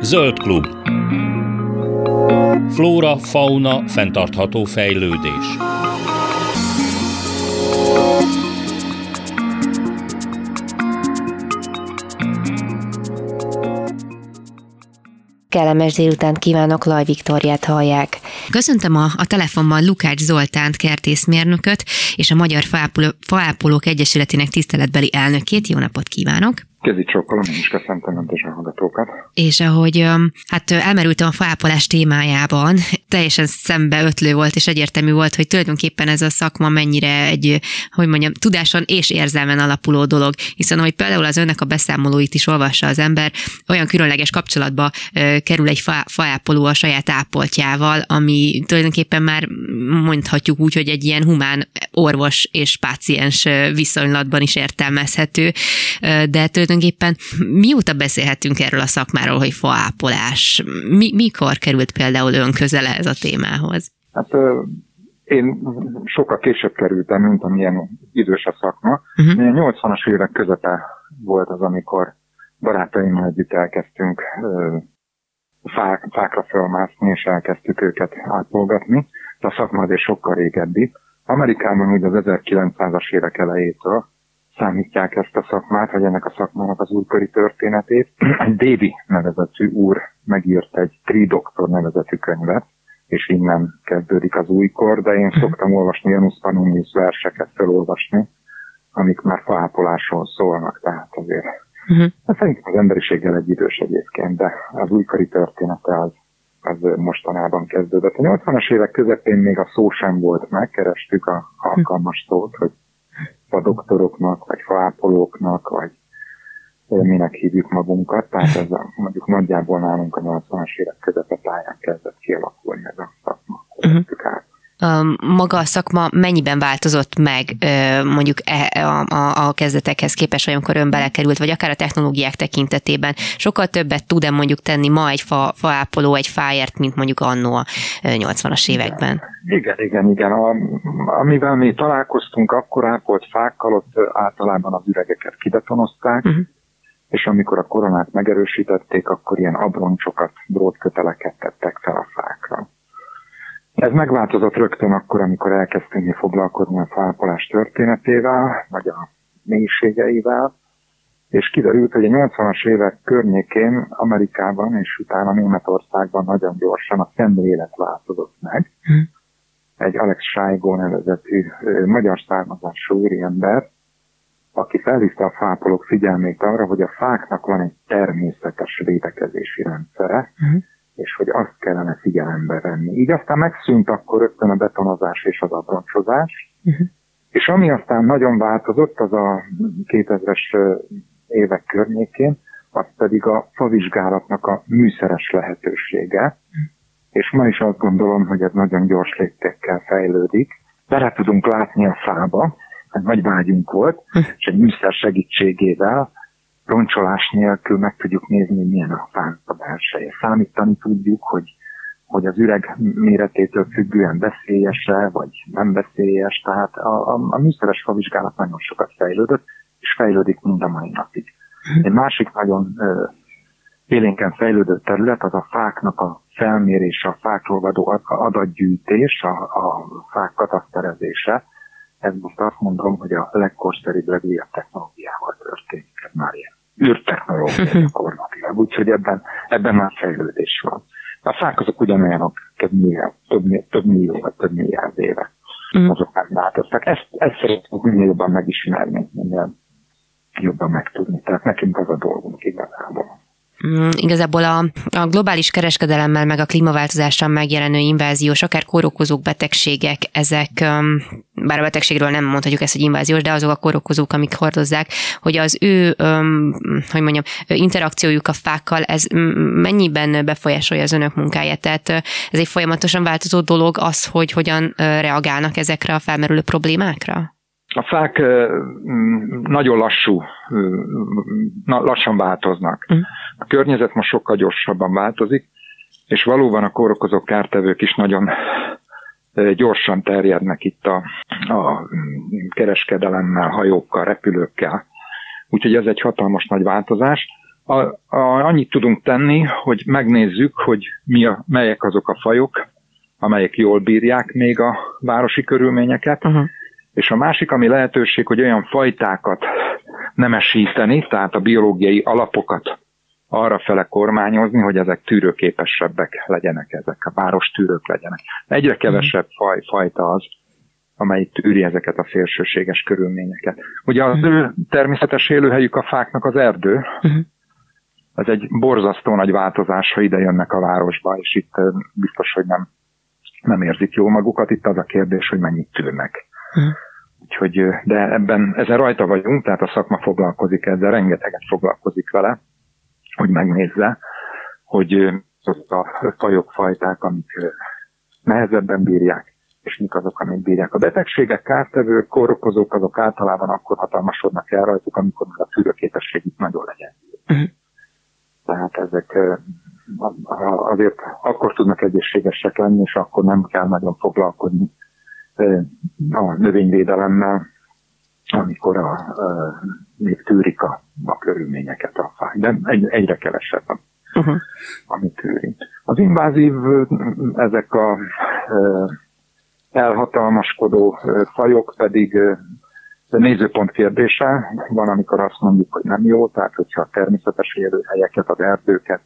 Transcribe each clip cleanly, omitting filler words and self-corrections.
Zöld klub. Flóra, fauna, fenntartható fejlődés. Kellemes délutánt kívánok, Laj Viktóriát hallják. Köszöntöm a telefonban Lukács Zoltánt, kertészmérnököt és a Magyar Faápolók Egyesületének tiszteletbeli elnökét. Jó napot kívánok! Kezi csókolom, én is köszöntöm önt és a hallgatókat. És ahogy elmerültem a faápolás témájában, teljesen szembeötlő volt és egyértelmű volt, hogy tulajdonképpen ez a szakma mennyire egy, tudáson és érzelmen alapuló dolog, hiszen ahogy például az önnek a beszámolóit is olvassa az ember, olyan különleges kapcsolatba kerül egy faápoló a saját ápoltjával, ami tulajdonképpen már mondhatjuk úgy, hogy egy ilyen humán orvos és páciens viszonylatban is értelmezhető, de tulajdonképpen mióta beszélhetünk erről a szakmáról, hogy faápolás? Mikor került például ön közel ez a témához? Hát én sokkal később kerültem, mint amilyen idős a szakma. 80-as évek közepe volt az, amikor barátaimmal együtt elkezdtünk fákra fölmászni, és elkezdtük őket ápolgatni. De a szakma azért sokkal régebbi. Amerikában úgy az 1900-as évek elejétől számítják ezt a szakmát, vagy ennek a szakmának az újkori történetét. Egy Davy nevezetű úr megírt egy Tree Doctor nevezetű könyvet, és innen kezdődik az újkor, de én szoktam olvasni Janus Pannonius verseket felolvasni, amik már faápolásról szólnak, tehát azért. Szerintem az emberiséggel egy idős egyébként, de az újkori története az mostanában kezdődött. A 80-as évek közepén még a szó sem volt, megkerestük a alkalmas szót, hogy fadoktoroknak, vagy faápolóknak, vagy minek hívjuk magunkat, tehát ez mondjuk nagyjából nálunk a 80-as évek közepetáján kezdett kialakulni ez a szakma. Maga a szakma mennyiben változott meg mondjuk a kezdetekhez képest, vagy amikor ön belekerült, vagy akár a technológiák tekintetében? Sokkal többet tud-e mondjuk tenni ma egy faápoló egy fáért, mint mondjuk annó a 80-as években? Igen. Amivel mi találkoztunk, akkor ápolt fákkal, ott általában az üregeket kibetonozták, és amikor a koronát megerősítették, akkor ilyen abroncsokat, drótköteleket tettek fel a fákra. Ez megváltozott rögtön akkor, amikor elkezdtünk foglalkozni a faápolás történetével, vagy a mélységeivel, és kiderült, hogy a 80-as évek környékén Amerikában és utána Németországban nagyon gyorsan a szemlélet változott meg. Egy Alex Schaigo nevezetű magyar származású úriember, aki felhívta a faápolók figyelmét arra, hogy a fáknak van egy természetes védekezési rendszere, és hogy azt kellene figyelembe venni. Így aztán megszűnt akkor rögtön a betonozás és az abroncsozás, és ami aztán nagyon változott, az a 2000-es évek környékén, az pedig a favizsgálatnak a műszeres lehetősége, és ma is azt gondolom, hogy ez nagyon gyors léptekkel fejlődik. Bele tudunk látni a fába, egy nagy vágyunk volt, és egy műszer segítségével roncsolás nélkül meg tudjuk nézni, milyen a fának a belseje. Számítani tudjuk, hogy az üreg méretétől függően veszélyes-e, vagy nem veszélyes. Tehát a műszeres favizsgálat nagyon sokat fejlődött, és fejlődik mind a mai napig. Egy másik nagyon élénken fejlődő terület az a fáknak a felmérése, a fákról való adatgyűjtés, a fák kataszterezése. Ez most azt mondom, hogy a legkorszerűbb, legújabb technológiával történik. Ez már ilyen űrtechnológia gyakorlatilag. Úgyhogy ebben már fejlődés van. A fák azok ugyanolyanok, több millió vagy több milliárd éve. Azok nem változtak. Ezt szeretnénk minél jobban megismerni, minél jobban megtudni. Tehát nekünk az a dolgunk igazából. Igazából a globális kereskedelemmel meg a klímaváltozással megjelenő inváziós, akár kórokozók, betegségek, ezek, bár a betegségről nem mondhatjuk ezt, hogy inváziós, de azok a kórokozók, amik hordozzák, hogy az ő, interakciójuk a fákkal, ez mennyiben befolyásolja az önök munkáját? Tehát ez egy folyamatosan változó dolog az, hogy hogyan reagálnak ezekre a felmerülő problémákra? A fák nagyon lassan változnak. A környezet most sokkal gyorsabban változik, és valóban a kórokozók, kártevők is nagyon gyorsan terjednek itt a kereskedelemmel, hajókkal, repülőkkel. Úgyhogy ez egy hatalmas nagy változás. Annyit tudunk tenni, hogy megnézzük, hogy melyek azok a fajok, amelyek jól bírják még a városi körülményeket, és a másik, ami lehetőség, hogy olyan fajtákat nemesíteni, tehát a biológiai alapokat arrafele kormányozni, hogy ezek tűrőképesebbek legyenek, ezek a várostűrők legyenek. Egyre kevesebb fajta az, amelyik tűri ezeket a szélsőséges körülményeket. Ugye az ő természetes élőhelyük a fáknak az erdő. Ez egy borzasztó nagy változás, ha ide jönnek a városba, és itt biztos, hogy nem érzik jól magukat. Itt az a kérdés, hogy mennyit tűrnek. Úgyhogy, de ezen rajta vagyunk, tehát a szakma foglalkozik ezzel, rengeteget foglalkozik vele, hogy megnézze, hogy azok a fajok, fajták, amik nehezebben bírják, és mik azok, amik bírják. A betegségek, kártevők, kórokozók, azok általában akkor hatalmasodnak el rajtuk, amikor a tűrőképességük nagyon legyen. Tehát ezek azért akkor tudnak egészségesek lenni, és akkor nem kell nagyon foglalkozni a növényvédelemmel, amikor még tűrik a körülményeket a fák. De egyre kevesebb, amit tűrik. Az invázív, ezek a elhatalmaskodó fajok pedig nézőpont kérdése. Van, amikor azt mondjuk, hogy nem jó, tehát hogyha a természetes élőhelyeket, az erdőket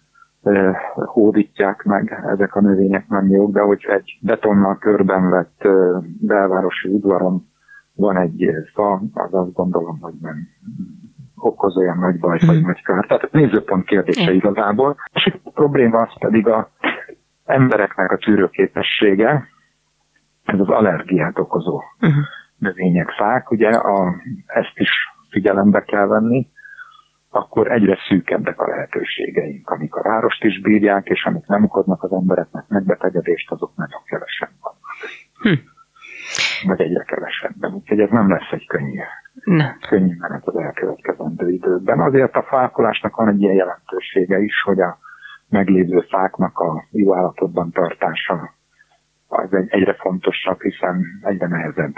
hódítják meg, ezek a növények nem jók, de hogy egy betonnal körben vett belvárosi udvaron van egy fa, az azt gondolom, hogy nem okoz olyan nagy baj, vagy nagy kár. Tehát nézőpont kérdése igazából. És a probléma az pedig az embereknek a tűrőképessége, ez az allergiát okozó növények, fák, ugye ezt is figyelembe kell venni, akkor egyre szűkebbek a lehetőségeink, amik a várost is bírják, és amik nem okoznak az embereknek megbetegedést, azok nagyon kevesen vannak. Vagy egyre kevesebben. Úgyhogy ez nem lesz egy könnyű menet az elkövetkezendő időkben. Azért a fákolásnak van egy ilyen jelentősége is, hogy a meglévő fáknak a jó állapotban tartása az egyre fontosabb, hiszen egyre nehezebb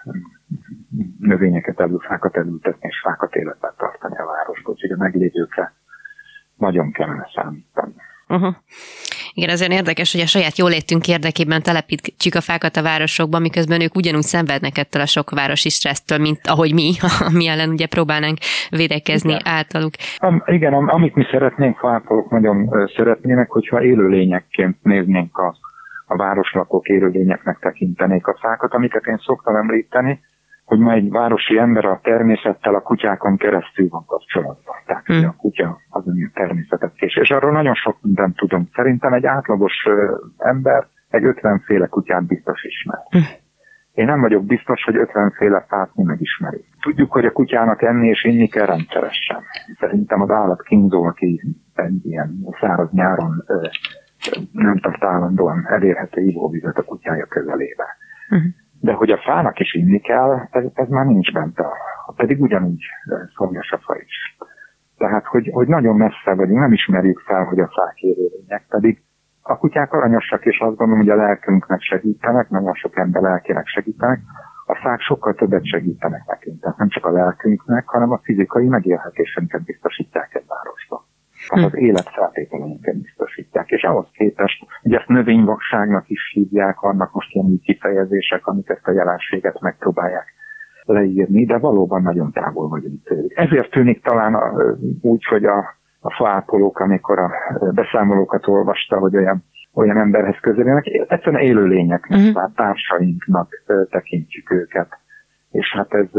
növényeket, fákat elültetni és fákat életben tartani a városban. Úgyhogy a meglévőkre nagyon kellene számítani. Igen, azért érdekes, hogy a saját jólétünk érdekében telepítjük a fákat a városokban, miközben ők ugyanúgy szenvednek ettől a sok városi stressztől, mint ahogy mi ellen ugye próbálnánk védekezni általuk. Igen, amit mi szeretnénk, fápolók nagyon szeretnének, hogyha élőlényekként néznénk a városlakók, élőlényeknek tekintenék a fákat, amiket én szoktam említeni, hogy ma egy városi ember a természettel, a kutyákon keresztül van kapcsolatban. Tehát a kutya az, ami a természetet kés. És arról nagyon sok mindent tudom. Szerintem egy átlagos ember egy 50 féle kutyát biztos ismer. Én nem vagyok biztos, hogy 50 féle fát mi megismerünk. Tudjuk, hogy a kutyának enni és inni kell rendszeresen. Szerintem az állat kínzó, aki egy ilyen száraz nyáron nem tart állandóan elérhető ivóvizet a kutyája közelébe. De hogy a fának is inni kell, ez már nincs bent, pedig ugyanúgy szomjas a fa is. Tehát, hogy nagyon messze vagyunk, nem ismerjük fel, hogy a fák élőlények, pedig a kutyák aranyosak, és azt gondolom, hogy a lelkünknek segítenek, nagyon sok ember lelkének segítenek, a fák sokkal többet segítenek nekünk, tehát nem csak a lelkünknek, hanem a fizikai megélhetésünket biztosítják egy városba. Tehát az életfeltételeinket biztosítják. És ahhoz képest, hogy ezt növényvakságnak is hívják, vannak most ilyen kifejezések, amik ezt a jelenséget megpróbálják leírni, de valóban nagyon távol vagyunk tőlük. Ezért tűnik talán úgy, hogy a faápolók, amikor a beszámolókat olvasta, hogy olyan emberhez közelülnek, egyszerűen élőlényeknek, tehát társainknak tekintjük őket. És hát ez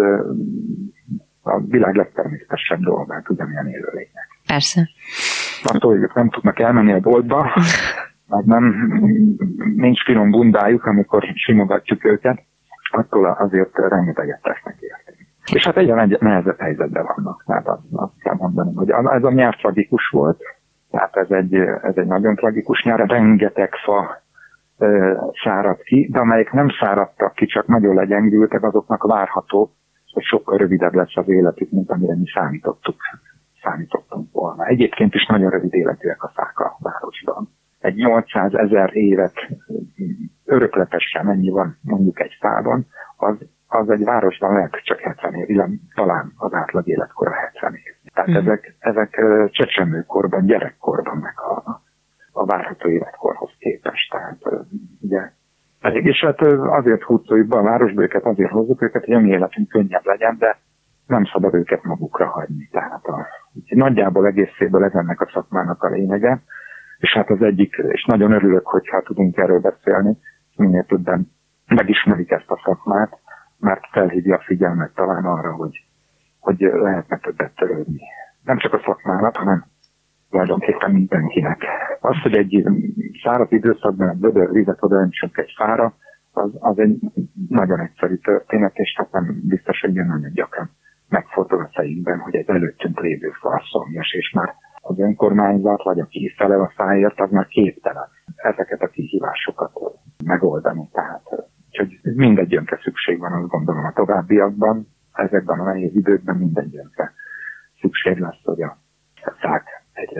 a világ legtermészetesebb dolgát, ugyanilyen élőlények. Persze. Attól, hogy ők nem tudnak elmenni a boltba, meg nincs finom bundájuk, amikor simogatjuk őket, attól azért rengeteget tesznek érteni. És hát egyre nehezebb helyzetben vannak. Tehát azt kell mondani, hogy ez a nyár tragikus volt, tehát ez egy nagyon tragikus nyár, rengeteg fa száradt ki, de amelyek nem száradtak ki, csak nagyon legyengültek, azoknak várható, hogy sokkal rövidebb lesz az életük, mint amire mi számítottunk volna. Egyébként is nagyon rövid életűek a fák a városban. Egy 800 000 évet örökletesen mennyi van mondjuk egy fában, az egy városban lehet csak 70 év, talán az átlag életkora 70 év. Tehát ezek csecsemőkorban, gyerekkorban meg a várható életkorhoz képest. Tehát ugye, és hát azért húzoljuk be a városba őket, azért hozzuk őket, hogy a mi életünk könnyebb legyen, de nem szabad őket magukra hagyni. Tehát nagyjából egészéből ez ennek a szakmának a lényege, és hát az egyik, és nagyon örülök, hogyha tudunk erről beszélni, minél többen megismerik ezt a szakmát, mert felhívja a figyelmet talán arra, hogy lehetne többet törődni. Nem csak a szakmának, hanem tulajdonképpen mindenkinek. Az, hogy egy száraz időszakban a bödör vizet odaöntsünk egy fára, az egy nagyon egyszerű történet, és hát nem biztos, hogy nagyon gyakran megfordul a fejünkben, hogy egy előttünk lévő fa szomjas, és már az önkormányzat, vagy aki felel a fáért, az már képtelen ezeket a kihívásokat megoldani. Tehát úgyhogy mindegyünkre szükség van, azt gondolom, a továbbiakban, ezekben a nehéz időkben mindegyünkre szükség lesz, hogy a fák egyre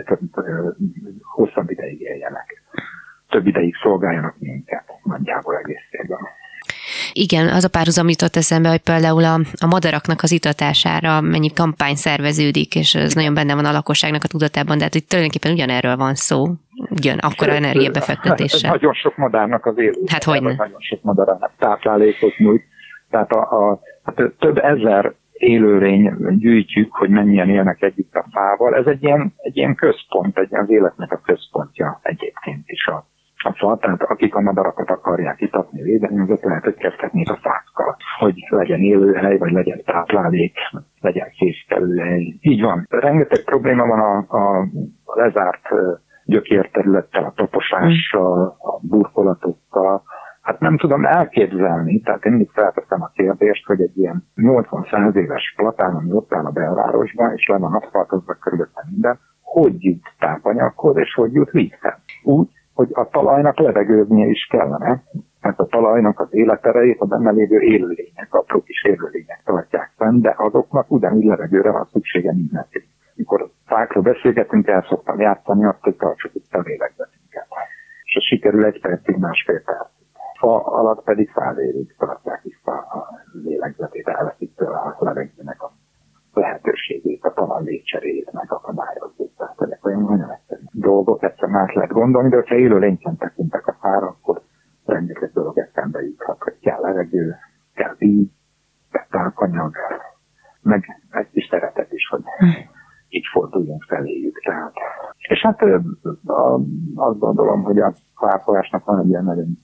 hosszabb ideig éljenek. Több ideig szolgáljanak minket, nagyjából egészében. Igen, az a párhuzam jutott eszembe, hogy például a madaraknak az itatására mennyi kampány szerveződik, és ez nagyon benne van a lakosságnak a tudatában, de hát itt tulajdonképpen ugyanerről van szó, akkora energiabefektetéssel. Nagyon sok madárnak az élő. Hát hogyne. Nagyon sok madárának táplálékot nyújt. Tehát több ezer élőlény gyűjtjük, hogy mennyien élnek együtt a fával. Ez egy ilyen központ, az életnek a központja egyébként is a fa. Tehát akik a madarakat akarják itatni, védeni, azok lehet, hogy kezdhetnék a fákkal, hogy legyen élőhely, vagy legyen táplálék, legyen fészkelőhely. Így van. Rengeteg probléma van a lezárt gyökérterülettel, a taposással, a burkolatokkal. Hát nem tudom elképzelni, tehát én mindig felteszem a kérdést, hogy egy ilyen 80-100 éves platán, ami ott áll a belvárosban, és le van aszfaltozva körülötte minden, hogy jut tápanyaghoz, és hogy jut vízhez. Úgy, hogy a talajnak levegőznie is kellene, mert a talajnak az életerejét a benne lévő élőlények, apró kis élőlények tartják fenn, de azoknak ugyanúgy levegőre van szüksége mindenki. Mikor fákról beszélgetünk, el szoktam játszani azt, hogy tartsuk itt a lélegzetünket. És ez sikerül 1 percig, 1,5 percig. Fa alatt pedig 100 évig tartják vissza a lélegzetét, elveszik tőle a levegőnek a lehetőségét, a talaj légcseréjét megakadályozzuk. Tehát ezek olyan nagyon egyszerű dolgok, egyszerűen át lehet gondolni, de ha élő lényként tekintek a fára, akkor rengeteg dolog eszembe juthat, hogy kell levegő, kell víz, kell tápanyag, meg egy kis szeretet is, hogy így forduljunk feléjük. Tehát. És hát azt gondolom, hogy a fápolásnak van egy ilyen nagyon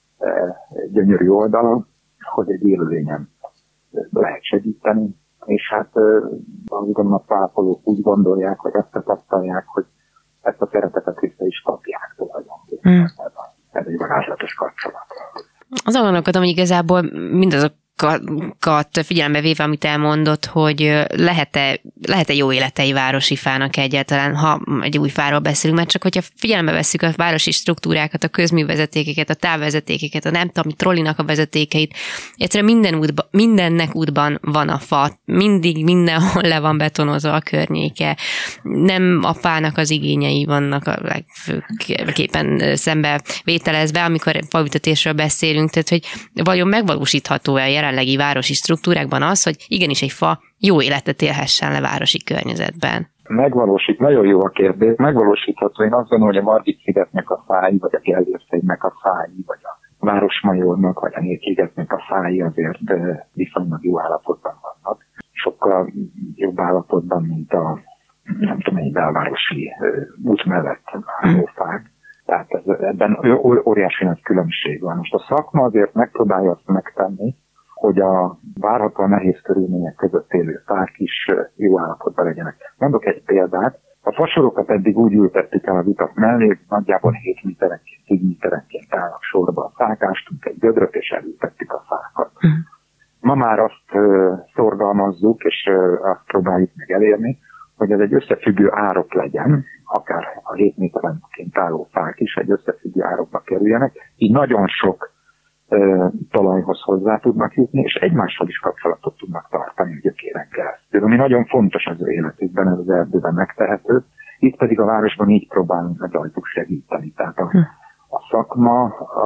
gyönyörű oldala, hogy egy élőlényen lehet segíteni, és hát azt gondolom, a fápolók úgy gondolják, hogy azt tapasztalják, hogy ezt a szeretetet vissza is kapják tulajdonképpen. Ez egy varázslatos kapcsolat. Azon gondolkodom, hogy igazából mindazokat figyelembe véve, amit elmondott, hogy lehet-e jó élete városi fának egyáltalán, ha egy új fáról beszélünk, mert csak hogyha figyelembe vesszük a városi struktúrákat, a közművezetékeket, a távvezetékeket, a nem tudom, trollinak a vezetékeit, egyszerűen mindennek útban van a fa, mindig mindenhol le van betonozva a környéke, nem a fának az igényei vannak a legfőképpen szembe vételezve, amikor faültetésről beszélünk, tehát hogy vajon megvalósítható-e a jelenlegi városi struktúrákban az, hogy igenis egy fa jó életet élhessen le városi környezetben? Nagyon jó a kérdés. Megvalósítható. Én azt gondolom, hogy a Margit-szigetnek a fái, vagy a Gellérszegynek a fái, vagy a Városmajornak, vagy a Nyírkligetnek a fái azért viszonylag jó állapotban vannak. Sokkal jobb állapotban, mint a nem tudom, egy belvárosi út mellett álló fák. Tehát ebben óriási nagy különbség van. Most a szakma azért megpróbálja azt megtenni, hogy a várhatóan nehéz körülmények között élő fák is jó állapotban legyenek. Mondok egy példát. A fasorokat eddig úgy ültettük el az utak mellé, hogy nagyjából 7 méterenként, 10 méterenként állnak sorba a fák, ástunk egy gödröt, és elültettük a fákat. Ma már azt szorgalmazzuk, és azt próbáljuk meg elérni, hogy ez egy összefüggő árok legyen, akár a 7 méterenként álló fák is egy összefüggő árokba kerüljenek, így nagyon sok talajhoz hozzá tudnak jutni, és egymással is kapcsolatot tudnak tartani a gyökéren keresztül, ami nagyon fontos az ő életükben, ez az erdőben megtehető. Itt pedig a városban így próbálunk rajtuk segíteni. Tehát a szakma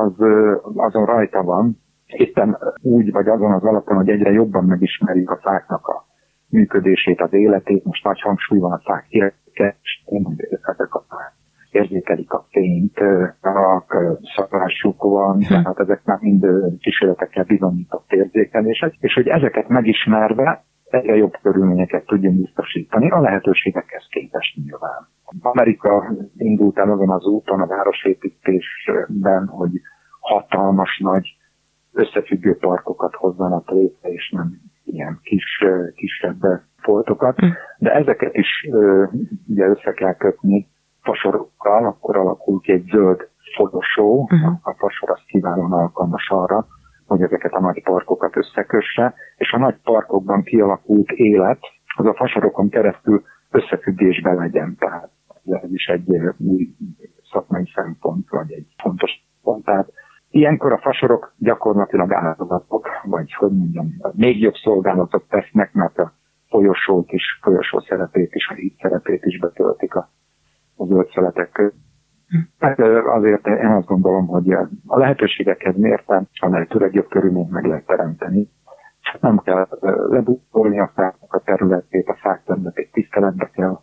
azon rajta van, éppen úgy vagy azon az alapon, hogy egyre jobban megismerjük a fáknak a működését, az életét. Most nagy hangsúly van a fák ezek a fák érzékelik a fényt, a szaklásuk van, tehát ezek már mind kísérletekkel bizonyított érzékelések, és hogy ezeket megismerve egyre jobb körülményeket tudjunk biztosítani, a lehetőségekhez képest nyilván. Amerika indult el azon az úton a városépítésben, hogy hatalmas nagy összefüggő parkokat hozzanak létre, és nem ilyen kisebb foltokat, de ezeket is ugye össze kell kötni fasorokkal, akkor alakul ki egy zöld folyosó, a fasor az kiválóan alkalmas arra, hogy ezeket a nagy parkokat összekösse, és a nagy parkokban kialakult élet, az a fasorokon keresztül összefüggésben legyen. Tehát ez is egy új szakmai szempont, vagy egy fontos pont. Tehát ilyenkor a fasorok gyakorlatilag áldozatok, vagy hogy mondjam, még jobb szolgálatot tesznek, mert a folyosó szerepét is, a híd szerepét is betöltik a zöld szeletek között. Hát azért én azt gondolom, hogy a lehetőségekhez mérten a lehető legjobb körülményt meg lehet teremteni. Nem kell lebukkolni a fáknak a területét, a fák területét tiszteletbe kell.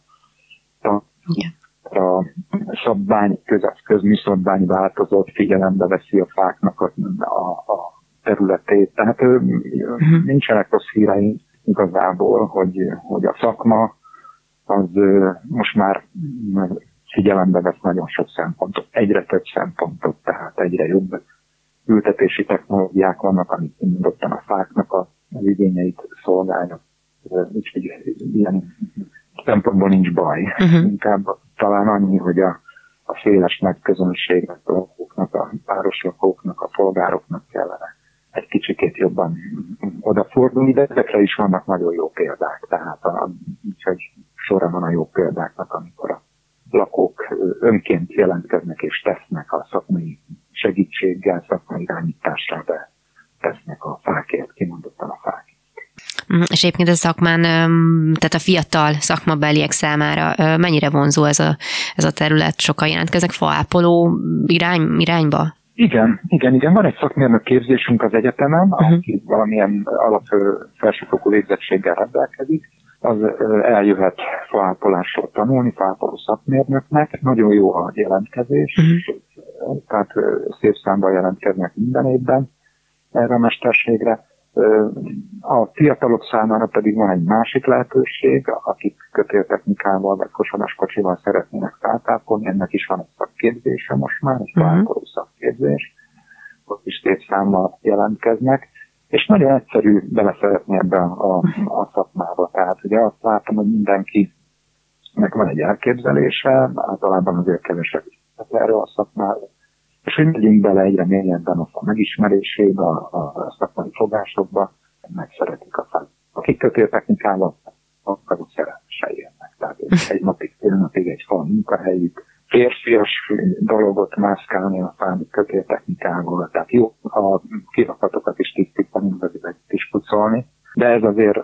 A szabvány, közműszabvány változott, figyelembe veszi a fáknak a területét. Tehát nincsenek rossz híreink igazából, hogy a szakma az most már figyelembe vesz nagyon sok szempontot, egyre több szempontot, tehát egyre jobb ültetési technológiák vannak, amik kimondottan a fáknak az igényeit szolgálnak. Úgyhogy ilyen szempontból nincs baj. Inkább talán annyi, hogy a széles közönségnek, a lakóknak, a városlakóknak, a polgároknak kellene egy kicsikét jobban odafordulni, de ezekre is vannak nagyon jó példák. Tehát úgyhogy sorra van a jó példáknak, amikor a lakók önként jelentkeznek és tesznek a szakmai segítséggel, szakmai irányítással, de tesznek a fákért, kimondottan a fákért. És egyébként a szakmán, tehát a fiatal szakmabeliek számára mennyire vonzó ez a terület? Sokan jelentkeznek faápoló irányba? Igen. Van egy szakmérnök képzésünk az egyetemen, aki valamilyen felsőfokú végzettséggel rendelkezik, az eljöhet faápolásról tanulni, faápoló szakmérnöknek. Nagyon jó a jelentkezés, tehát szép számban jelentkeznek minden évben erre a mesterségre. A fiatalok számára pedig van egy másik lehetőség, akik kötéltechnikával vagy kosaraskocsival szeretnének fát-ápolni, ennek is van egy szakképzése most már, egy faápoló szakképzés, ott is szép számmal jelentkeznek, és nagyon egyszerű beleszeretni ebbe a szakmába. Tehát ugye azt látom, hogy mindenkinek van egy elképzelése, általában azért kevesebb erről a szakmáról, és hogy megyünk bele egyre mélyebben a megismerésébe, a szakmai fogásokba, meg szeretik a fát. Akik kötéltechnikával akarok szerelmesen érnek. Tehát egy napig, fél napig egy fal munkahelyük, férfias dolgot mászkálni a fán kötéltechnikával, tehát jó a kirakatokat is tisztítani, meg is pucolni, de ez azért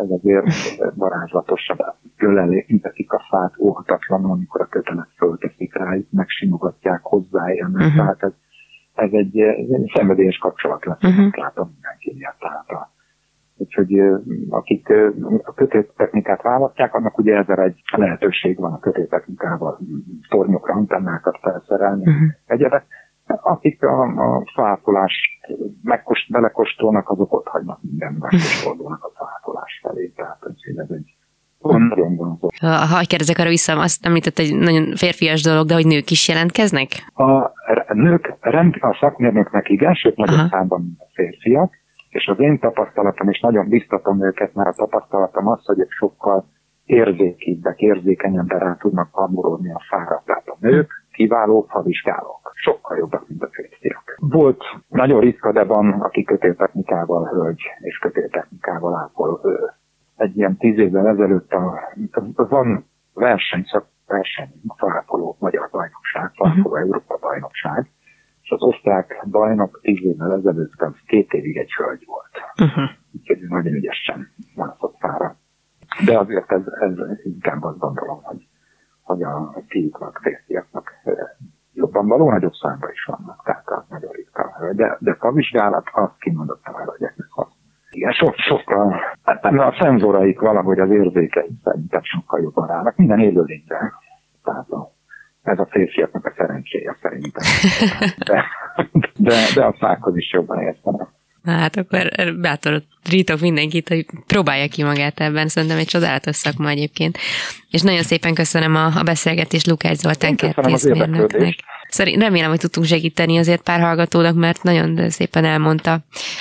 varázslatosabb. Tőlelékítetik a fát óhatatlanul, amikor a kötelet fölteszik rájuk, megsimogatják, hozzáérnek, tehát ez egy szenvedélyes kapcsolat lesz, látom mindenkinél. Tehát úgyhogy akik a kötéltechnikát választják, annak ugye ezzel egy lehetőség van a kötéltechnikával tornyokra antennákat felszerelni, egyebek. Akik a faápolást belekóstolnak, azok ott hagynak minden, megkóstolnak a faápolás felé. Tehát ez egy nagyon vonzó. Ha kérdezek arra vissza, azt említett egy nagyon férfias dolog, de hogy nők is jelentkeznek? A nők, a szakmérnöknek igen, sőt nagyobb számban, mint a férfiak, és az én tapasztalatom, és nagyon biztatom őket, mert a tapasztalatom az, hogy ők sokkal érzékenyebben rá tudnak hamulódni a fára. Tehát a nők kiváló favizsgálók. Sokkal jobbak, mint a férfiak. Volt nagyon ritka, de van, aki kötéltechnikával hölgy, és kötéltechnikával ápol. Egy ilyen 10 évvel ezelőtt van verseny, faápoló magyar bajnokság, faápoló Európa bajnokság, és az osztrák bajnok 10 évvel ezelőtt 2 évig egy hölgy volt. Úgyhogy nagyon ügyesen mászott fára. De azért ez inkább azt gondolom, hogy a fiúknak, férfiaknak jobban való, nagyobb számban is vannak, tehát az nagyon ritka. De a vizsgálat azt kimondottam el, hogy ezek az. Igen, sokkal Hát a szenzoraik valahogy az érzékeik szerintem sokkal jobban állnak. Minden élőlényre. Tehát ez a férfiaknak a szerencséje szerintem. De a fákhoz is jobban értenek. Hát akkor bátorítok mindenkit, hogy próbálja ki magát ebben. Szerintem egy csodálatos szakma egyébként. És nagyon szépen köszönöm a beszélgetést Lukács Zoltán kertészmérnöknek. Remélem, hogy tudtunk segíteni azért pár hallgatónak, mert nagyon szépen elmondta,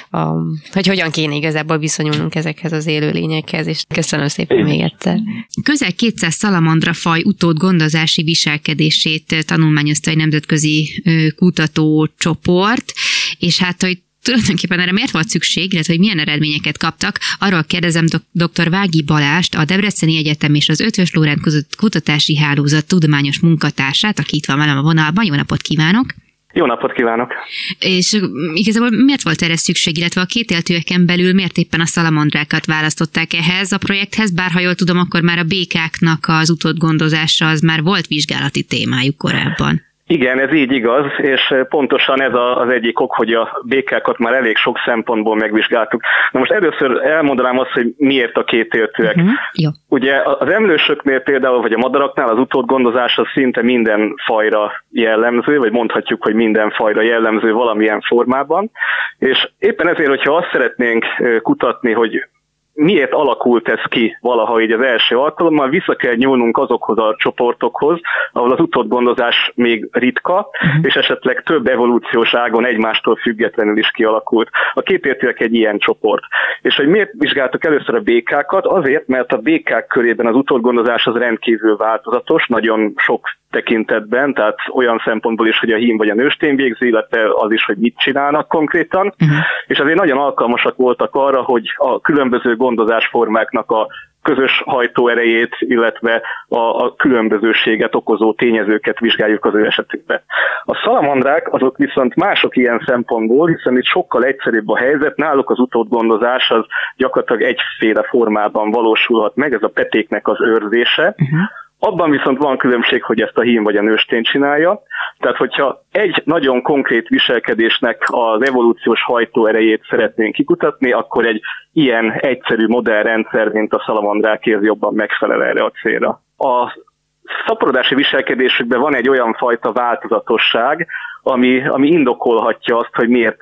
hogy hogyan kéne igazából viszonyulnunk ezekhez az élőlényekhez, és köszönöm szépen még egyszer. Közel 200 szalamandra faj utódgondozási viselkedését tanulmányozta egy nemzetközi kutatócsoport, és hát, hogy tulajdonképpen erre miért volt szükség, illetve hogy milyen eredményeket kaptak, arról kérdezem dr. Vági Balást, a Debreceni Egyetem és az Eötvös Loránd Kutatási Hálózat tudományos munkatársát, aki itt van velem a vonalban. Jó napot kívánok! Jó napot kívánok! És igazából miért volt erre szükség, illetve a kétéltőeken belül miért éppen a szalamandrákat választották ehhez a projekthez, bár ha jól tudom, akkor már a békáknak az utódgondozása az már volt vizsgálati témájuk korábban. Igen, ez így igaz, és pontosan ez az egyik ok, hogy a békákat már elég sok szempontból megvizsgáltuk. Na most először elmondanám azt, hogy miért a kétéltőek. Jó. Ugye az emlősöknél például, vagy a madaraknál az utódgondozás az szinte minden fajra jellemző, vagy mondhatjuk, hogy minden fajra jellemző valamilyen formában, és éppen ezért, hogyha azt szeretnénk kutatni, hogy miért alakult ez ki valaha így az első alkalommal, vissza kell nyúlnunk azokhoz a csoportokhoz, ahol az utódgondozás még ritka, és esetleg több evolúciós ágon egymástól függetlenül is kialakult. A kétéltőek egy ilyen csoport. És hogy miért vizsgáltuk először a békákat? Azért, mert a békák körében az utódgondozás az rendkívül változatos, nagyon sok tekintetben, tehát olyan szempontból is, hogy a hím vagy a nőstény végzi, illetve az is, hogy mit csinálnak konkrétan, és azért nagyon alkalmasak voltak arra, hogy a különböző gondozásformáknak a közös hajtóerejét, illetve a különbözőséget okozó tényezőket vizsgáljuk az ő esetükben. A szalamandrák azok viszont mások ilyen szempontból, hiszen itt sokkal egyszerűbb a helyzet, náluk az utódgondozás az gyakorlatilag egyféle formában valósulhat meg, ez a petéknek az őrzése. Abban viszont van különbség, hogy ezt a hím vagy a nőstény csinálja. Tehát, hogyha egy nagyon konkrét viselkedésnek az evolúciós hajtóerejét szeretnénk kikutatni, akkor egy ilyen egyszerű modellrendszer, mint a szalamandráké, jobban megfelel erre a célra. A szaporodási viselkedésükben van egy olyan fajta változatosság, ami indokolhatja azt, hogy miért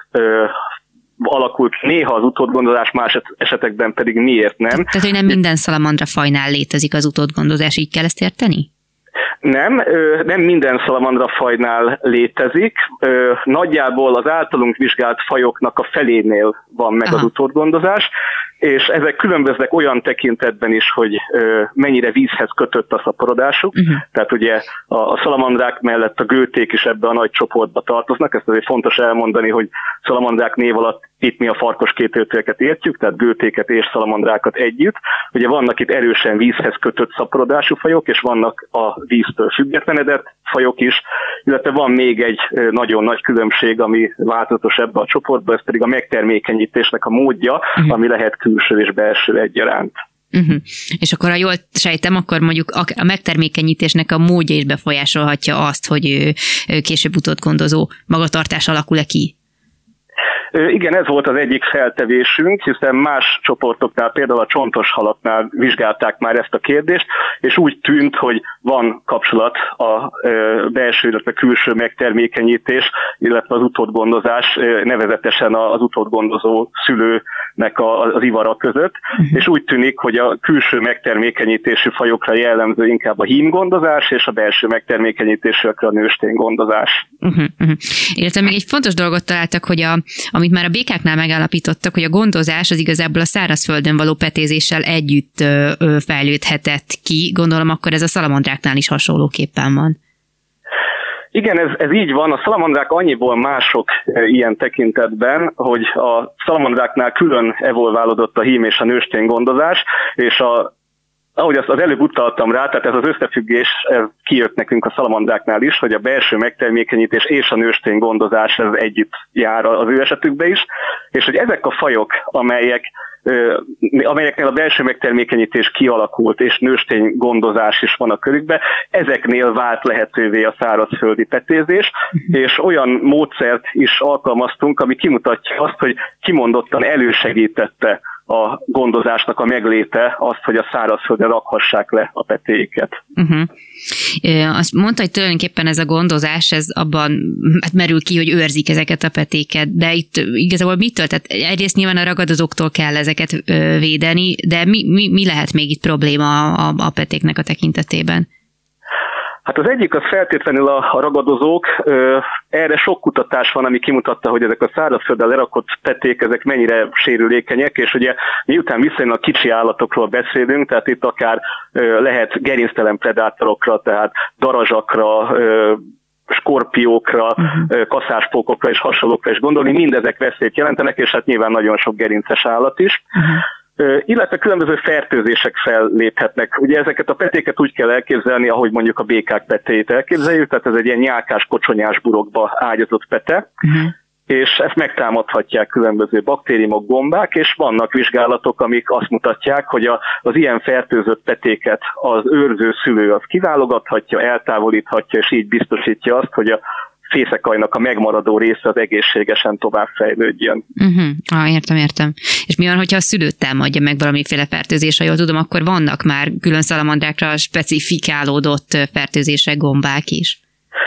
alakult néha az utódgondozás, más esetekben pedig miért nem. Tehát, hogy nem minden szalamandra fajnál létezik az utódgondozás, így kell ezt érteni? Nem minden szalamandra fajnál létezik. Nagyjából az általunk vizsgált fajoknak a felénél van meg az utódgondozás, és ezek különböznek olyan tekintetben is, hogy mennyire vízhez kötött a szaporodásuk. Tehát ugye a szalamandrák mellett a gőték is ebbe a nagy csoportba tartoznak, ezt azért fontos elmondani, hogy szalamandrák név alatt itt mi a farkas kétéltőeket értjük, tehát gőtéket és szalamandrákat együtt. Ugye vannak itt erősen vízhez kötött szaporodású fajok, és vannak a víztől függetlenedett fajok is, illetve van még egy nagyon nagy különbség, ami változatos ebbe a csoportba, ez pedig a megtermékenyítésnek a módja, ami lehet külső és belső egyaránt. És akkor, ha jól sejtem, akkor mondjuk a megtermékenyítésnek a módja is befolyásolhatja azt, hogy később utódgondozó magatartás alakul-e ki? Igen, ez volt az egyik feltevésünk, hiszen más csoportoknál, például a csontos halaknál vizsgálták már ezt a kérdést, és úgy tűnt, hogy van kapcsolat a belső, illetve külső megtermékenyítés, illetve az utódgondozás, nevezetesen az utódgondozó szülőnek az ivara között, és úgy tűnik, hogy a külső megtermékenyítésű fajokra jellemző inkább a hímgondozás, és a belső megtermékenyítésűekre a nősténygondozás. Illetve még egy fontos dolgot találtak, hogy amit már a békáknál megállapítottak, hogy a gondozás az igazából a szárazföldön való petézéssel együtt fejlődhetett ki. Gondolom, akkor ez a szalamandráknál is hasonlóképpen van. Igen, ez így van. A szalamandrák annyiból mások ilyen tekintetben, hogy a szalamandráknál külön evolválódott a hím és a nőstény gondozás, és ahogy azt az előbb utaltam rá, tehát ez az összefüggés ez kijött nekünk a szalamandráknál is, hogy a belső megtermékenyítés és a nőstény gondozás ez együtt jár az ő esetükben is, és hogy ezek a fajok, amelyeknél a belső megtermékenyítés kialakult, és nőstény gondozás is van a körükben, ezeknél vált lehetővé a szárazföldi petézés, és olyan módszert is alkalmaztunk, ami kimutatja azt, hogy kimondottan elősegítette a gondozásnak a megléte azt, hogy a szárazföldre rakhassák le a petéket. Azt mondta, hogy tulajdonképpen ez a gondozás, ez abban merül ki, hogy őrzik ezeket a petéket, de itt igazából mitől? Tehát egyrészt nyilván a ragadozóktól kell ezeket védeni, de mi lehet még itt probléma a petéknek a tekintetében? Hát az egyik az feltétlenül a ragadozók. Erre sok kutatás van, ami kimutatta, hogy ezek a szárazfölddel lerakott peték, ezek mennyire sérülékenyek, és ugye miután viszonylag kicsi állatokról beszélünk, tehát itt akár lehet gerinctelen predátorokra, tehát darazsakra, skorpiókra, kaszáspókokra és hasonlókra is gondolni, mindezek veszélyt jelentenek, és hát nyilván nagyon sok gerinces állat is. Illetve különböző fertőzések felléphetnek. Ugye ezeket a petéket úgy kell elképzelni, ahogy mondjuk a békák petéjét elképzeljük, tehát ez egy ilyen nyálkás, kocsonyás burokba ágyazott pete, és ezt megtámadhatják különböző baktériumok, gombák, és vannak vizsgálatok, amik azt mutatják, hogy az ilyen fertőzött petéket az őrző szülő az kiválogathatja, eltávolíthatja, és így biztosítja azt, hogy a fészekajnak a megmaradó része az egészségesen tovább fejlődjön. Értem. És mi van, hogyha a szülőt támadja meg valamiféle fertőzés? Ha jól tudom, akkor vannak már külön szalamandrákra specifikálódott fertőzések, gombák is.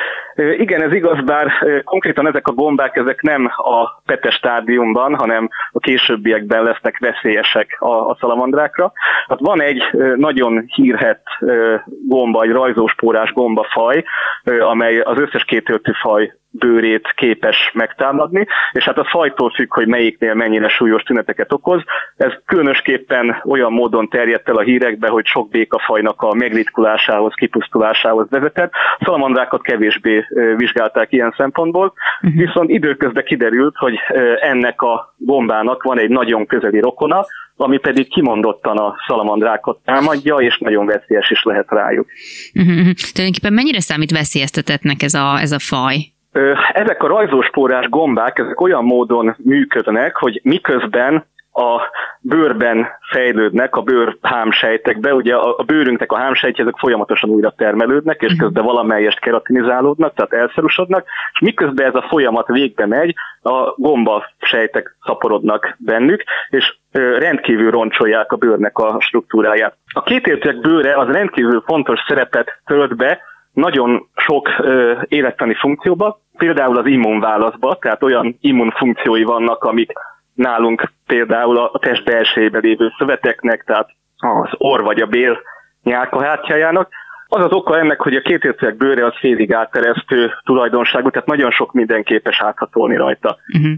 Igen, ez igaz, bár konkrétan ezek a gombák, ezek nem a petes stádiumban, hanem a későbbiekben lesznek veszélyesek a szalamandrákra. Hát van egy nagyon hírhedt gomba, egy rajzóspórás gombafaj, amely az összes kétöltű faj bőrét képes megtámadni, és hát a fajtól függ, hogy melyiknél mennyire súlyos tüneteket okoz. Ez különösképpen olyan módon terjedt el a hírekbe, hogy sok békafajnak a megritkulásához, kipusztulásához vezetett. Szalamandrákat kevésbé vizsgálták ilyen szempontból, viszont időközben kiderült, hogy ennek a gombának van egy nagyon közeli rokona, ami pedig kimondottan a szalamandrákat támadja, és nagyon veszélyes is lehet rájuk. Tulajdonképpen mennyire számít veszélyeztetettnek ez a faj? Ezek a rajzóspórás gombák, ezek olyan módon működnek, hogy miközben a bőrben fejlődnek, a bőr hámsejtekbe, ugye a bőrünknek a hámsejtje, ezek folyamatosan újra termelődnek, és közben valamelyest keratinizálódnak, tehát elszerusodnak, és miközben ez a folyamat végbe megy, a gombasejtek szaporodnak bennük, és rendkívül roncsolják a bőrnek a struktúráját. A kétértűek bőre az rendkívül fontos szerepet tölt be nagyon sok élettani funkcióba, például az immunválaszba, tehát olyan immunfunkciói vannak, amik nálunk például a test belsejében lévő szöveteknek, tehát az orr vagy a bél nyálkahártyájának. Az az oka ennek, hogy a kétértűek bőre az félig átteresztő tulajdonságú, tehát nagyon sok minden képes áthatolni rajta.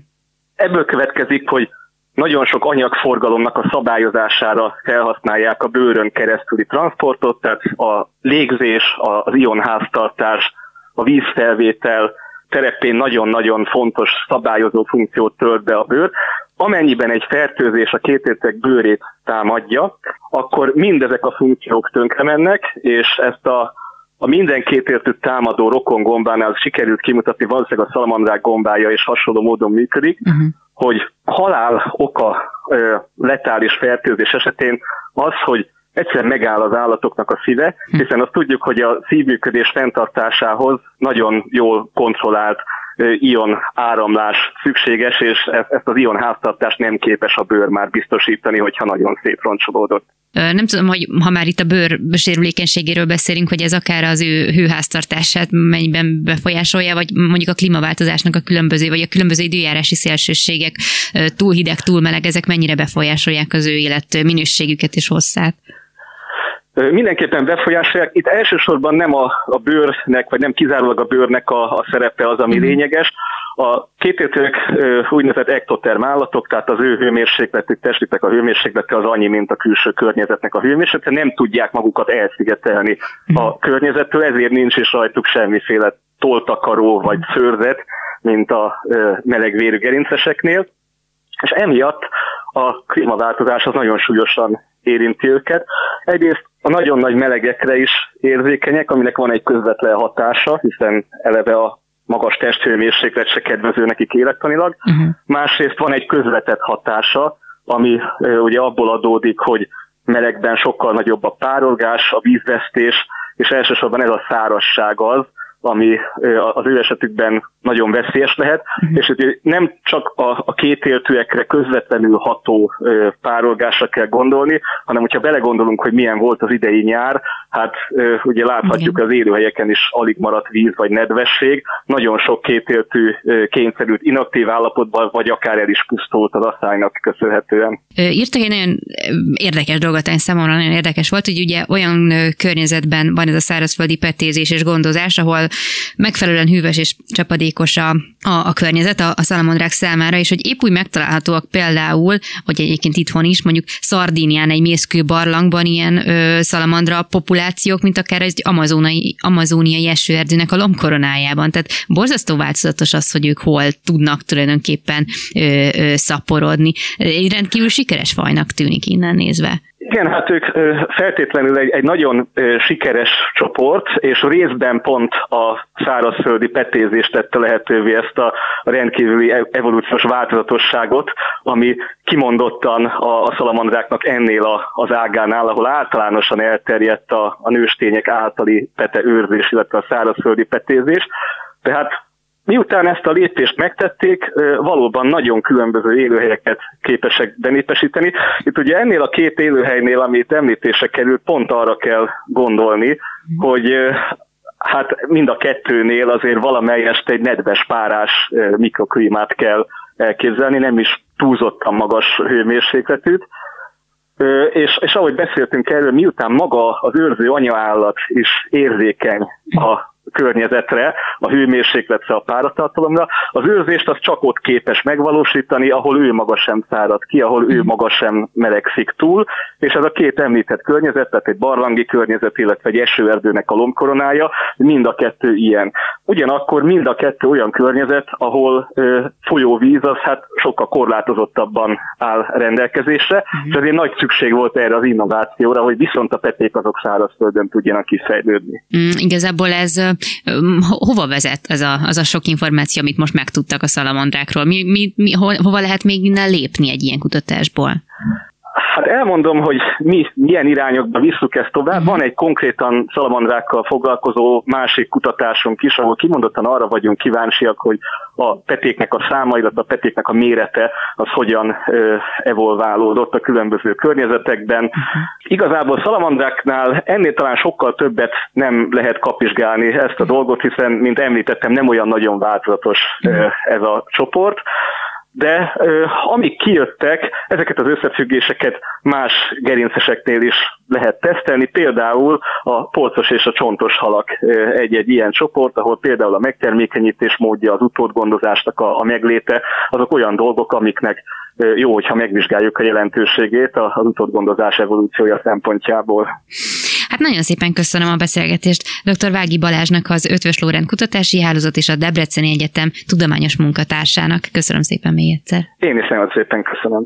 Ebből következik, hogy nagyon sok anyagforgalomnak a szabályozására felhasználják a bőrön keresztüli transportot, tehát a légzés, az ionháztartás, a vízfelvétel terepén nagyon-nagyon fontos szabályozó funkciót tölt be a bőr. Amennyiben egy fertőzés a kétértűek bőrét támadja, akkor mindezek a funkciók tönkre mennek, és ezt a minden kétértű támadó rokongombánál sikerült kimutatni, valószínűleg a szalamandrák gombája és hasonló módon működik, hogy halál oka letális fertőzés esetén az, hogy egyszerűen megáll az állatoknak a szíve, hiszen azt tudjuk, hogy a szívműködés fenntartásához nagyon jól kontrollált ion áramlás szükséges, és ezt az ion háztartást nem képes a bőr már biztosítani, hogyha nagyon szétroncsolódott. Nem tudom, hogy ha már itt a bőr sérülékenységéről beszélünk, hogy ez akár az ő hőháztartását mennyiben befolyásolja, vagy mondjuk a klímaváltozásnak a különböző, vagy a különböző időjárási szélsőségek, túl hideg, túl meleg, ezek mennyire befolyásolják az ő élet minőségüket és hosszát? Mindenképpen befolyásolják. Itt elsősorban nem a bőrnek, vagy nem kizárólag a bőrnek a szerepe az, ami lényeges. A kétértűek úgynevezett ektoterm állatok, tehát az ő hőmérsékletük, testüknek a hőmérséklete az annyi, mint a külső környezetnek a hőmérséklete, nem tudják magukat elszigetelni a környezettől, ezért nincs is rajtuk semmiféle tolltakaró vagy szőrzet, mint a melegvérű gerinceseknél. És emiatt a klímaváltozás az nagyon súlyosan érinti őket. Egyrészt a nagyon nagy melegekre is érzékenyek, aminek van egy közvetlen hatása, hiszen eleve a magas testhőmérséklet se kedvező nekik élettanilag. Másrészt van egy közvetett hatása, ami ugye abból adódik, hogy melegben sokkal nagyobb a párolgás, a vízvesztés, és elsősorban ez a szárazság az, ami az ő esetükben nagyon veszélyes lehet, és nem csak a kétéltűekre közvetlenül ható párolgásra kell gondolni, hanem hogyha belegondolunk, hogy milyen volt az idei nyár, hát ugye láthatjuk az élőhelyeken is alig maradt víz vagy nedvesség, nagyon sok kétéltű kényszerült inaktív állapotban, vagy akár el is pusztult az asszálynak köszönhetően. Írtak egy nagyon érdekes dolgot, számomra nagyon érdekes volt, hogy ugye olyan környezetben van ez a szárazföldi petézés és gondozás, ahol megfelelően hűvös és csapadékos a környezet a szalamandrák számára, és hogy épp úgy megtalálhatóak például, hogy egyébként itthon is, mondjuk Szardínián egy mészkő barlangban ilyen szalamandra populációk, mint akár egy amazóniai esőerdőnek a lombkoronájában. Tehát borzasztó változatos az, hogy ők hol tudnak tulajdonképpen szaporodni. Egy rendkívül sikeres fajnak tűnik innen nézve. Igen, hát ők feltétlenül egy nagyon sikeres csoport, és részben pont a szárazföldi petézés tette lehetővé ezt a rendkívüli evolúciós változatosságot, ami kimondottan a szalamandráknak ennél az ágánál, ahol általánosan elterjedt a nőstények általi peteőrzés, illetve a szárazföldi petézés. Tehát miután ezt a lépést megtették, valóban nagyon különböző élőhelyeket képesek benépesíteni. Itt ugye ennél a két élőhelynél, amit említésre került, pont arra kell gondolni, hogy hát mind a kettőnél azért valamelyest egy nedves párás mikroklímát kell elképzelni, nem is túlzottan magas hőmérsékletűt. És ahogy beszéltünk erről, miután maga az őrző anyaállat is érzékeny a környezetre, a hőmérsékletre, a páratartalomra, az őrzést az csak ott képes megvalósítani, ahol ő maga sem szárad ki, ahol ő maga sem melegszik túl, és ez a két említett környezet, tehát egy barlangi környezet, illetve egy esőerdőnek a lombkoronája, mind a kettő ilyen. Ugyanakkor mind a kettő olyan környezet, ahol folyóvíz az hát sokkal korlátozottabban áll rendelkezésre, és ezért nagy szükség volt erre az innovációra, hogy viszont a peték azok szárazföldön tudjanak kifejlődni. Igazából ez hova vezet az a sok információ, amit most megtudtak a szalamandrákról? Hova lehet még innen lépni egy ilyen kutatásból? Hát elmondom, hogy mi milyen irányokba visszük ezt tovább. Van egy konkrétan szalamandrákkal foglalkozó másik kutatásunk is, ahol kimondottan arra vagyunk kíváncsiak, hogy a petéknek a száma, illetve a petéknek a mérete az hogyan evolválódott a különböző környezetekben. Igazából szalamandráknál ennél talán sokkal többet nem lehet kapizsgálni ezt a dolgot, hiszen, mint említettem, nem olyan nagyon változatos ez a csoport. De amik kijöttek, ezeket az összefüggéseket más gerinceseknél is lehet tesztelni, például a polcos és a csontos halak egy-egy ilyen csoport, ahol például a megtermékenyítés módja, az utódgondozásnak a megléte, azok olyan dolgok, amiknek jó, hogyha megvizsgáljuk a jelentőségét az utódgondozás evolúciója szempontjából. Hát nagyon szépen köszönöm a beszélgetést dr. Vági Balázsnak, az Eötvös Loránd Kutatási Hálózat és a Debreceni Egyetem tudományos munkatársának. Köszönöm szépen még egyszer. Én is nagyon szépen köszönöm.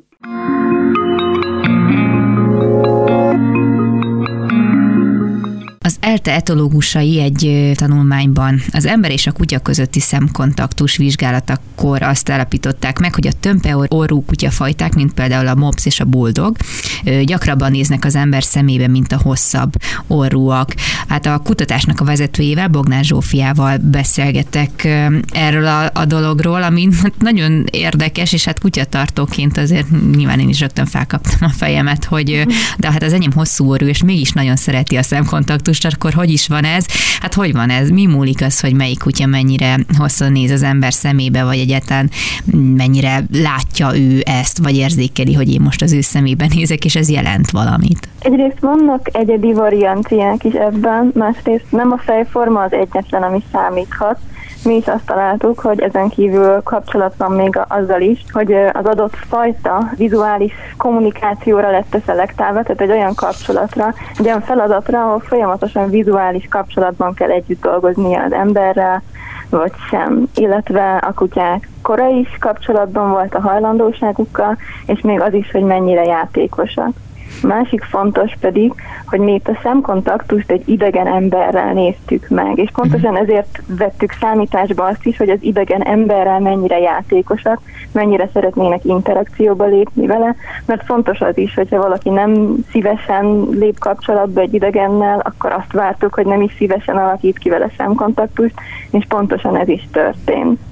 Az ELTE etológusai egy tanulmányban az ember és a kutya közötti szemkontaktus vizsgálatakor azt állapították meg, hogy a tömpe-orrú kutyafajták, mint például a mops és a bulldog, gyakrabban néznek az ember szemébe, mint a hosszabb orrúak. Hát a kutatásnak a vezetőjével, Bognár Zsófiával beszélgetek erről a dologról, ami nagyon érdekes, és hát kutyatartóként azért nyilván én is rögtön felkaptam a fejemet, hogy de hát az enyém hosszú orrú, és mégis nagyon szereti a szemkontaktust, akkor hogy is van ez? Hát hogy van ez? Mi múlik az, hogy melyik kutya mennyire hosszan néz az ember szemébe, vagy egyáltalán mennyire látja ő ezt, vagy érzékeli, hogy én most az ő szemébe nézek, és ez jelent valamit? Egyrészt vannak egyedi varianciák is ebben, másrészt nem a fejforma az egyetlen, ami számíthat. Mi is azt találtuk, hogy ezen kívül kapcsolat van még azzal is, hogy az adott fajta vizuális kommunikációra lett szelektálva, tehát egy olyan kapcsolatra, egy olyan feladatra, ahol folyamatosan vizuális kapcsolatban kell együtt dolgoznia az emberrel, vagy sem. Illetve a kutyák kora is kapcsolatban volt a hajlandóságukkal, és még az is, hogy mennyire játékosak. Másik fontos pedig, hogy mi itt a szemkontaktust egy idegen emberrel néztük meg, és pontosan ezért vettük számításba azt is, hogy az idegen emberrel mennyire játékosak, mennyire szeretnének interakcióba lépni vele, mert fontos az is, hogyha valaki nem szívesen lép kapcsolatba egy idegennel, akkor azt vártuk, hogy nem is szívesen alakít ki vele szemkontaktust, és pontosan ez is történt.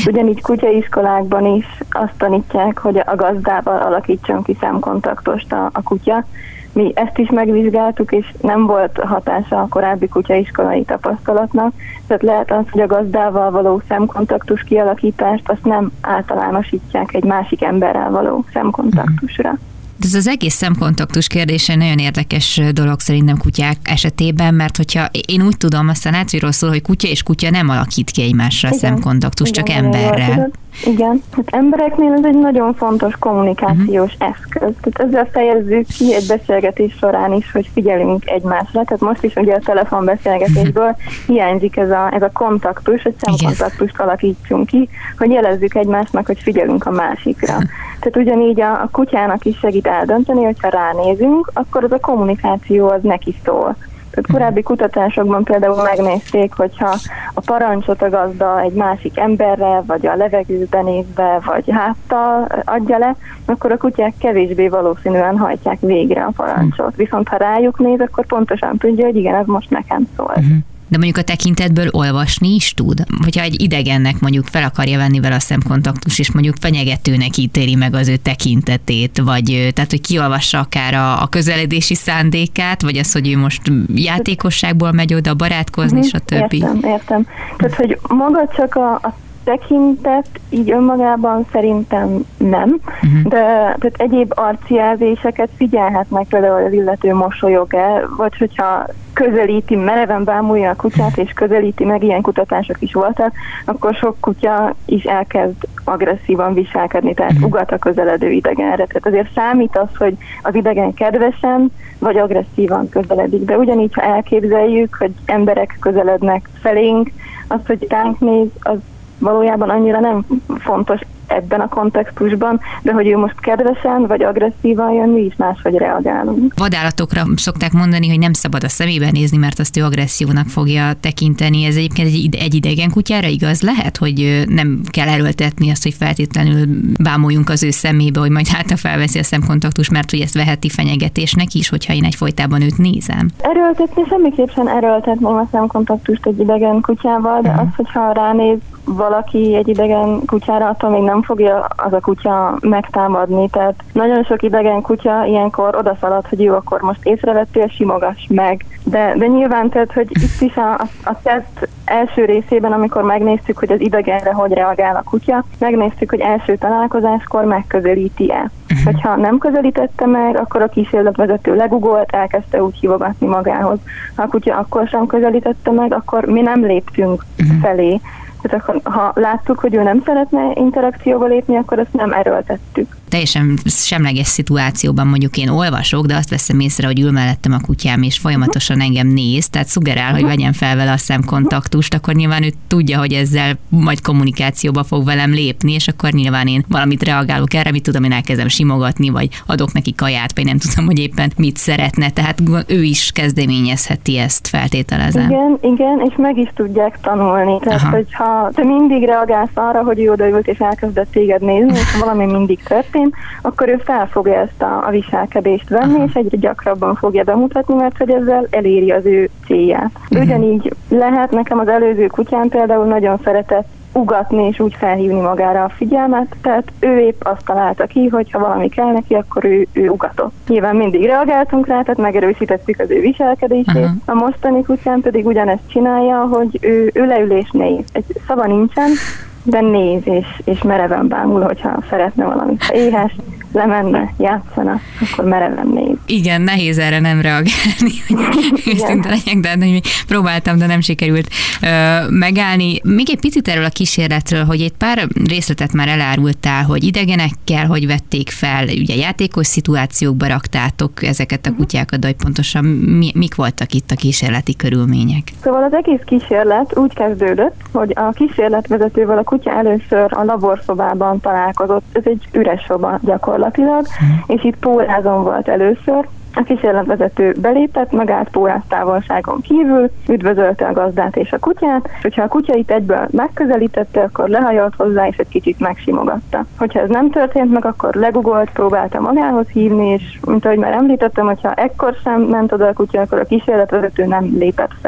Ugyanígy kutyaiskolákban is azt tanítják, hogy a gazdával alakítson ki szemkontaktost a kutya. Mi ezt is megvizsgáltuk, és nem volt hatása a korábbi kutyaiskolai tapasztalatnak, tehát lehet az, hogy a gazdával való szemkontaktus kialakítást azt nem általánosítják egy másik emberrel való szemkontaktusra. Ez az egész szemkontaktus kérdése nagyon érdekes dolog szerintem kutyák esetében, mert hogyha én úgy tudom, aztán átviról szól, hogy kutya és kutya nem alakít ki egymásra a szemkontaktus, csak emberrel. Igen, hát embereknél ez egy nagyon fontos kommunikációs eszköz. Tehát ezzel fejezzük ki egy beszélgetés során is, hogy figyelünk egymásra. Tehát most is ugye a telefonbeszélgetésből hiányzik ez a kontaktus, hogy szemkontaktust alakítsunk ki, hogy jelezzük egymásnak, hogy figyelünk a másikra. Tehát ugyanígy a kutyának is segít eldönteni, hogyha ránézünk, akkor az a kommunikáció az neki szól. Tehát korábbi kutatásokban például megnézték, hogyha a parancsot a gazda egy másik emberre, vagy a levegőbe nézve, vagy háttal adja le, akkor a kutyák kevésbé valószínűen hajtják végre a parancsot. Viszont ha rájuk néz, akkor pontosan tudja, hogy igen, ez most nekem szól. De mondjuk a tekintetből olvasni is tud? Hogyha egy idegennek mondjuk fel akarja venni vele a szemkontaktus, és mondjuk fenyegetőnek ítéli meg az ő tekintetét, vagy tehát, hogy kiolvassa akár a közeledési szándékát, vagy az, hogy ő most játékosságból megy oda barátkozni, és a többi. Értem. Tehát, hogy maga csak a tekintet így önmagában szerintem nem, de tehát egyéb arcjelzéseket figyelhetnek, például az illető mosolyog-e, vagy hogyha közelíti, mereven bámulja a kutyát, és közelíti meg, ilyen kutatások is voltak, akkor sok kutya is elkezd agresszívan viselkedni, tehát ugat a közeledő idegenre. Tehát azért számít az, hogy az idegen kedvesen, vagy agresszívan közeledik. De ugyanígy, ha elképzeljük, hogy emberek közelednek felénk, az, hogy ránk néz, az valójában annyira nem fontos ebben a kontextusban, de hogy ő most kedvesen vagy agresszívan jön, mi is máshogy reagálunk. Vadállatokra szokták mondani, hogy nem szabad a szemébe nézni, mert azt ő agressziónak fogja tekinteni. Ez egyébként egy idegen kutyára igaz lehet, hogy nem kell erőltetni azt, hogy feltétlenül bámuljunk az ő szemébe, hogy majd hátra felveszi a szemkontaktus, mert hogy ezt veheti fenyegetésnek is, hogyha én egyfolytában őt nézem. Erőltetni semmiképp sem erőltetném a szemkontaktust egy idegen kutyával, de az, hogyha ránéz valaki egy idegen kutyára, attól még nem fogja az a kutya megtámadni. Tehát nagyon sok idegen kutya ilyenkor odaszalad, hogy jó, akkor most észrevettél, simogass meg. De nyilván, tehát, hogy itt is a teszt első részében, amikor megnéztük, hogy az idegenre hogy reagál a kutya, megnéztük, hogy első találkozáskor megközelíti-e. Hogyha nem közelítette meg, akkor a kísérletvezető legugolt, elkezdte úgy hívogatni magához. Ha a kutya akkor sem közelítette meg, akkor mi nem léptünk felé. Tehát akkor, ha láttuk, hogy ő nem szeretne interakcióba lépni, akkor azt nem erőltettük. Teljesen semleges szituációban mondjuk én olvasok, de azt veszem észre, hogy ül mellettem a kutyám, és folyamatosan engem néz, tehát szuggerál, hogy vegyem fel vele a szemkontaktust, akkor nyilván ő tudja, hogy ezzel majd kommunikációba fog velem lépni, és akkor nyilván én valamit reagálok erre, mit tudom, én elkezdem simogatni, vagy adok neki kaját, vagy nem tudom, hogy éppen mit szeretne, tehát ő is kezdeményezheti ezt, feltételezem. Igen, és meg is tudják tanulni. Tehát, hogyha te mindig reagálsz arra, hogy ő odaült és elkezdett téged nézni, és valami mindig történt, akkor ő fel fogja ezt a viselkedést venni, és egyre gyakrabban fogja bemutatni, mert hogy ezzel eléri az ő célját. Ugyanígy lehet, nekem az előző kutyám például nagyon szeretett ugatni és úgy felhívni magára a figyelmet, tehát ő épp azt találta ki, hogy ha valami kell neki, akkor ő ugatott. Nyilván mindig reagáltunk rá, tehát megerősítettük az ő viselkedését. A mostani kutyám pedig ugyanezt csinálja, hogy ő leül és néz. Egy szava nincsen, de néz és mereven bámul, hogyha szeretne valamit. Ha éhes, lemenne, játszana, akkor mereven néz. Igen, nehéz erre nem reagálni, hogy őszinte legyek, de próbáltam, de nem sikerült megállni. Még egy picit erről a kísérletről, hogy egy pár részletet már elárultál, hogy idegenekkel, hogy vették fel, ugye játékos szituációkba raktátok ezeket a kutyákat, de hogy pontosan mik voltak itt a kísérleti körülmények? Szóval az egész kísérlet úgy kezdődött, hogy a kísérletvezetővel a kutya először a laborszobában találkozott. Ez egy üres szoba gyakorlatilag, és itt pórázon volt először. A kísérletvezető belépett, megállt póráz távolságon kívül, üdvözölte a gazdát és a kutyát, és hogyha a kutya itt egyből megközelítette, akkor lehajolt hozzá, és egy kicsit megsimogatta. Hogyha ez nem történt meg, akkor legugolt, próbálta magához hívni, és mint ahogy már említettem, hogyha ekkor sem ment oda a kutya, akkor a kísérletvezető nem lépett felé.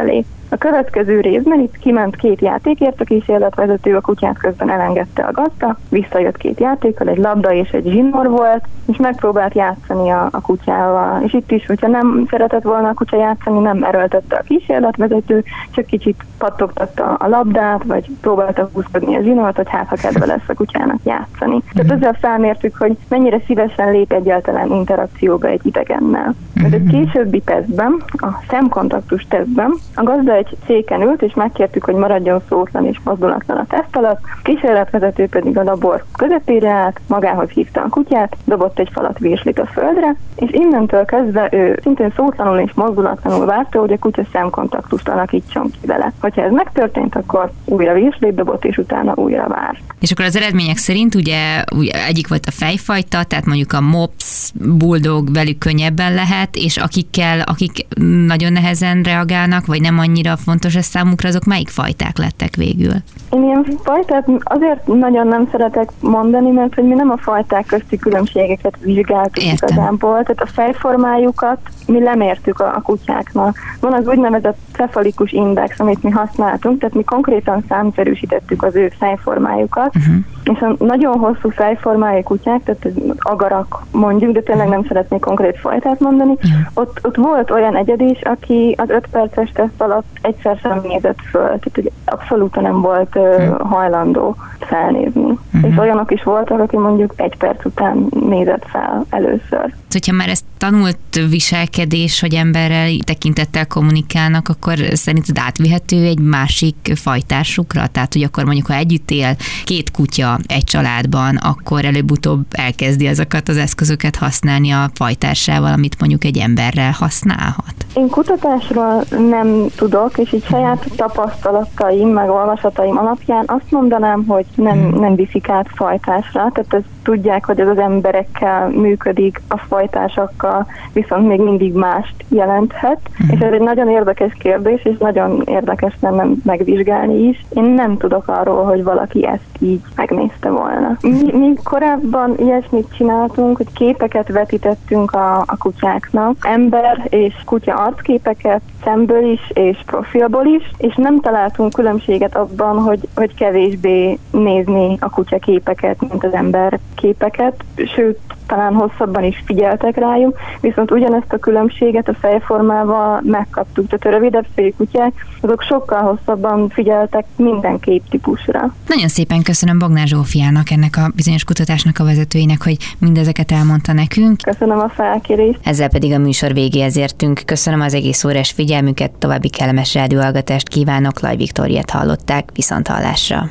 A következő részben itt kiment 2 játékért, a kísérletvezető, a kutyát közben elengedte a gazda, visszajött 2 játékkal, egy labda és egy zsinór volt, és megpróbált játszani a kutyával. És itt is, hogyha nem szeretett volna a kutya játszani, nem erőltette a kísérletvezető, csak kicsit pattogtatta a labdát, vagy próbálta húzkodni a zsinort, hogy hát ha kedve lesz a kutyának játszani. Tehát ezzel felmértük, hogy mennyire szívesen lép egyáltalán interakcióba egy idegennel. A későbbi tesztben, a szemkontaktus tesztben a gazda egy széken ült, és megkértük, hogy maradjon szótlan és mozdulatlan a teszt alatt, a kísérletvezető pedig a labor közepére állt, magához hívta a kutyát, dobott egy falat virslit a földre, és innentől kezdve ő szintén szótlanul és mozdulatlanul várta, hogy a kutya szemkontaktust alakítson ki vele. Hogyha ez megtörtént, akkor újra virslit dobott, és utána újra várt. És akkor az eredmények szerint ugye egyik volt a fejfajta, tehát mondjuk a mops, bulldog velük könnyebben lehet, és akik nagyon nehezen reagálnak, vagy nem annyira fontos ez számukra, azok melyik fajták lettek végül? Én ilyen fajtát azért nagyon nem szeretek mondani, mert hogy mi nem a fajták közti különbségeket vizsgáltuk igazából. Tehát a fejformájukat mi lemértük a kutyáknak. Van az úgynevezett cefalikus index, amit mi használtunk, tehát mi konkrétan számszerűsítettük az ő fejformájukat, és a nagyon hosszú fejformájú kutyák, tehát ez agarak mondjuk, de tényleg nem szeretnék konkrét fajtát mondani, ott volt olyan egyed is, aki az 5 perces teszt alatt egyszer sem nézett föl, tehát hogy abszolút nem volt hajlandó felnézni. És olyanok is voltak, aki mondjuk 1 perc után nézett fel először. Hogyha már ez tanult viselkedés, hogy emberrel tekintettel kommunikálnak, akkor szerinted átvihető egy másik fajtársukra? Tehát, hogy akkor mondjuk, ha együtt él 2 kutya egy családban, akkor előbb-utóbb elkezdi azokat az eszközöket használni a fajtársával, amit mondjuk egy emberrel használhat? Én kutatásról nem tudok, és így saját tapasztalataim, meg olvasataim alapján azt mondanám, hogy nem viszik át fajtásra, tehát ezt tudják, hogy ez az emberekkel működik, a fajtársakkal viszont még mindig mást jelenthet, és ez egy nagyon érdekes kérdés, és nagyon érdekes lenne megvizsgálni is. Én nem tudok arról, hogy valaki ezt így megnézte volna. Mi korábban ilyesmit csináltunk, hogy képeket vetítettünk a kutyáknak, ember és kutya arcképeket, szemből is és profilból is, és nem találtunk különbséget abban, hogy kevésbé nézni a kutya képeket, mint az ember képeket, sőt, talán hosszabban is figyeltek rájuk, viszont ugyanezt a különbséget a fejformával megkaptuk. Tehát a rövidebb fejkutyák, azok sokkal hosszabban figyeltek minden képtípusra. Nagyon szépen köszönöm Bognár Zsófiának, ennek a bizonyos kutatásnak a vezetőinek, hogy mindezeket elmondta nekünk. Köszönöm a felkérést. Ezzel pedig a műsor végéhez értünk. Köszönöm az egész órás figyelmüket, további kellemes rádióhallgatást kívánok, Laj Viktóriát hallották, viszonthallásra.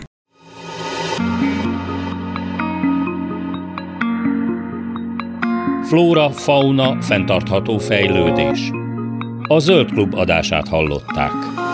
Flóra, fauna, fenntartható fejlődés. A Zöld Klub adását hallották.